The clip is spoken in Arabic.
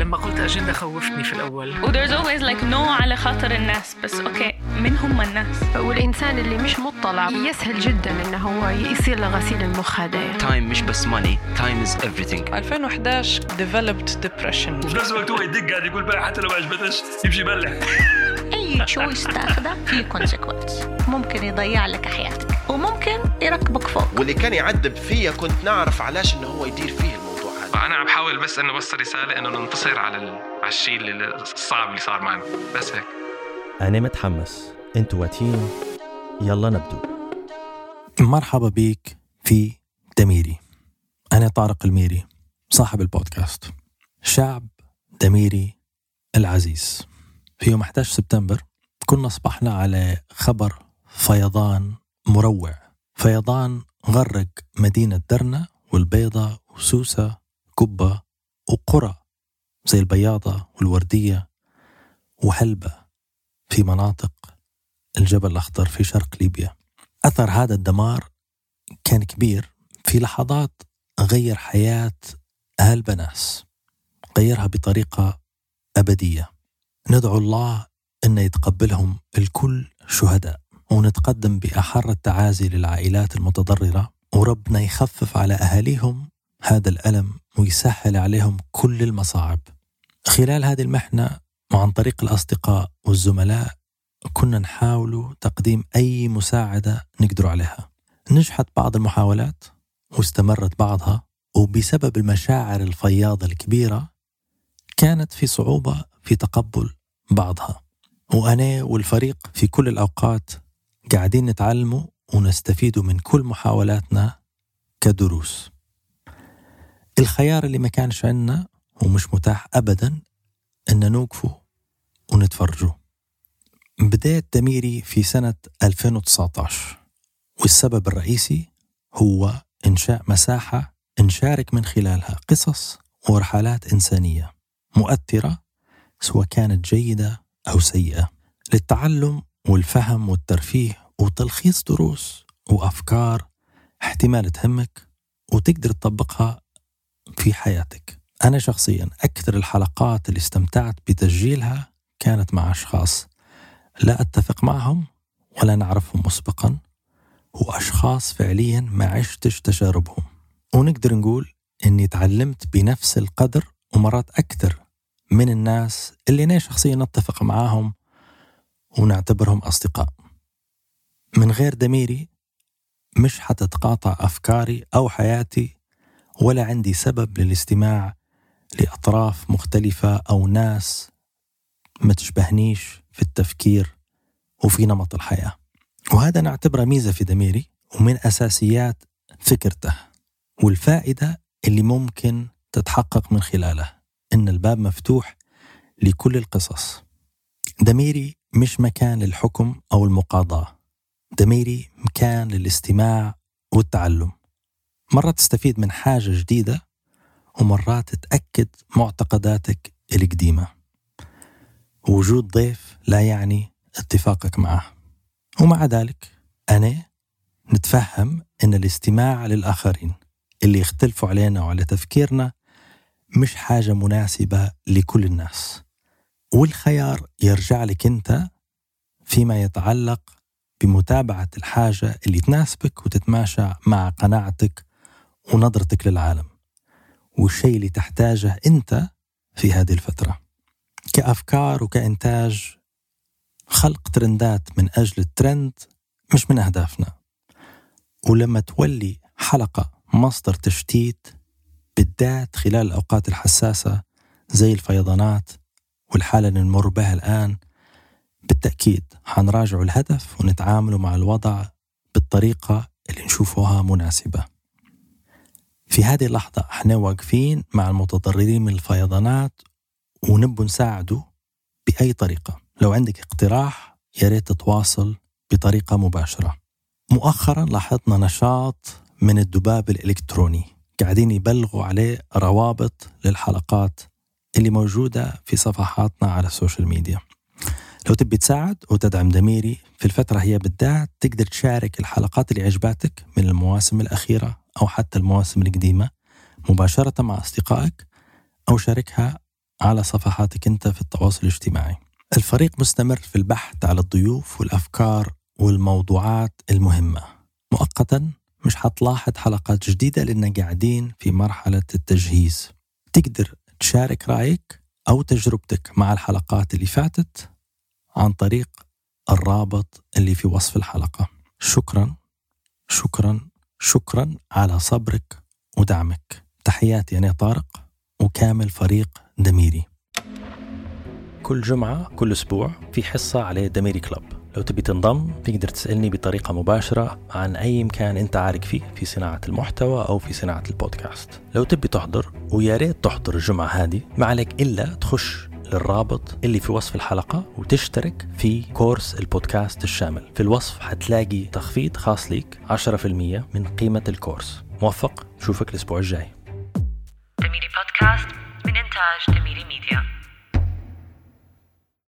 لما قلت أجندة خوفتني في الأول. there's always like no على خاطر الناس، بس أوكي من هم الناس؟ والإنسان اللي مش مطلع يسهل جدا إنه هو يصير لغسيل المخ هذا. time مش بس money، time is everything. 2011 developed depression. وفي نفس الوقت هو يدق قاعد يقول بقى حتى لو ما عجبتش يمشي يبلع. أي تشويس تاخده فيه consequence، ممكن يضيع لك حياتك وممكن يركبك فوق. واللي كان يعذب فيا كنت نعرف علاش إنه هو يدير فيه الموضوع هذا. أنا عم بحاول بس إنه بس رسالة إنه ننتصر على الشيء الصعب اللي صار معنا، بس هيك. أنا متحمس، أنتوا واتين، يلا نبدو. مرحبا بيك في دميري. أنا طارق الميري صاحب البودكاست. شعب دميري العزيز، في يوم 11 سبتمبر كنا أصبحنا على خبر فيضان مروع، فيضان غرق مدينة درنا والبيضة وسوسة قبة وقرى زي البياضة والوردية وحلبة في مناطق الجبل الأخضر في شرق ليبيا. أثر هذا الدمار كان كبير، في لحظات غير حياة هالبناس، غيرها بطريقة أبدية. ندعو الله أن يتقبلهم الكل شهداء، ونتقدم بأحر التعازي للعائلات المتضررة، وربنا يخفف على أهاليهم هذا الألم ويسهل عليهم كل المصاعب. خلال هذه المحنة وعن طريق الأصدقاء والزملاء كنا نحاول تقديم أي مساعدة نقدر عليها. نجحت بعض المحاولات واستمرت بعضها، وبسبب المشاعر الفياضة الكبيرة كانت في صعوبة في تقبل بعضها. وأنا والفريق في كل الأوقات قاعدين نتعلموا ونستفيدوا من كل محاولاتنا كدروس. الخيار اللي ما كانش عندنا ومش متاح أبدا إن نوقفوا ونتفرجوا. بداية دميري في سنة 2019، والسبب الرئيسي هو إنشاء مساحة نشارك من خلالها قصص ورحلات إنسانية مؤثرة، سواء كانت جيدة أو سيئة، للتعلم والفهم والترفيه وتلخيص دروس وأفكار احتمال تهمك وتقدر تطبقها في حياتك. أنا شخصيا أكثر الحلقات اللي استمتعت بتسجيلها كانت مع أشخاص لا أتفق معهم ولا نعرفهم مسبقا، وأشخاص فعليا ما عشتش تجاربهم، ونقدر نقول أني تعلمت بنفس القدر ومرات أكثر من الناس اللي أنا شخصيا نتفق معاهم ونعتبرهم أصدقاء. من غير دميري مش حتتقاطع أفكاري أو حياتي، ولا عندي سبب للاستماع لأطراف مختلفة أو ناس ما تشبهنيش في التفكير وفي نمط الحياة. وهذا نعتبره ميزة في دميري ومن أساسيات فكرته، والفائدة اللي ممكن تتحقق من خلاله إن الباب مفتوح لكل القصص. دميري مش مكان للحكم أو المقاضاة، دميري مكان للاستماع والتعلم. مرات تستفيد من حاجة جديدة، ومرات تتأكد معتقداتك القديمة. وجود ضيف لا يعني اتفاقك معه، ومع ذلك أنا نتفهم أن الاستماع للآخرين اللي يختلفوا علينا وعلى تفكيرنا مش حاجة مناسبة لكل الناس، والخيار يرجع لك أنت فيما يتعلق بمتابعة الحاجة اللي تناسبك وتتماشى مع قناعتك ونظرتك للعالم والشيء اللي تحتاجه أنت في هذه الفترة كأفكار وكإنتاج. خلق ترندات من أجل الترند مش من أهدافنا، ولما تولي حلقة مصدر تشتيت بالذات خلال الأوقات الحساسة زي الفيضانات والحالة اللي نمر بها الآن، بالتأكيد حنراجع الهدف ونتعامل مع الوضع بالطريقة اللي نشوفها مناسبة. في هذه اللحظة احنا واقفين مع المتضررين من الفيضانات ونبو نساعده بأي طريقة. لو عندك اقتراح يا ريت تتواصل بطريقة مباشرة. مؤخرا لاحظنا نشاط من الذباب الإلكتروني، قاعدين يبلغوا عليه روابط للحلقات اللي موجودة في صفحاتنا على السوشيال ميديا. لو تبي تساعد وتدعم دميري في الفترة هي بالذات، تقدر تشارك الحلقات اللي عجباتك من المواسم الأخيرة أو حتى المواسم القديمة مباشرة مع أصدقائك، أو شاركها على صفحاتك أنت في التواصل الاجتماعي. الفريق مستمر في البحث على الضيوف والأفكار والموضوعات المهمة. مؤقتا مش حتلاحظ حلقات جديدة لأننا قاعدين في مرحلة التجهيز. تقدر تشارك رأيك أو تجربتك مع الحلقات اللي فاتت عن طريق الرابط اللي في وصف الحلقة. شكرا شكرا شكرا على صبرك ودعمك. تحياتي أنا طارق وكامل فريق دميري. كل جمعة كل أسبوع في حصة على دميري كلاب. لو تبي تنضم تقدر تسألني بطريقة مباشرة عن أي مكان أنت عارف فيه في صناعة المحتوى أو في صناعة البودكاست. لو تبي تحضر ويا ريت تحضر الجمعة هذه، ما عليك إلا تخش للرابط اللي في وصف الحلقة وتشترك في كورس البودكاست الشامل. في الوصف حتلاقي تخفيض خاص ليك 10% من قيمة الكورس. موفق، نشوفك الأسبوع الجاي. دميري بودكاست من إنتاج دميري ميديا.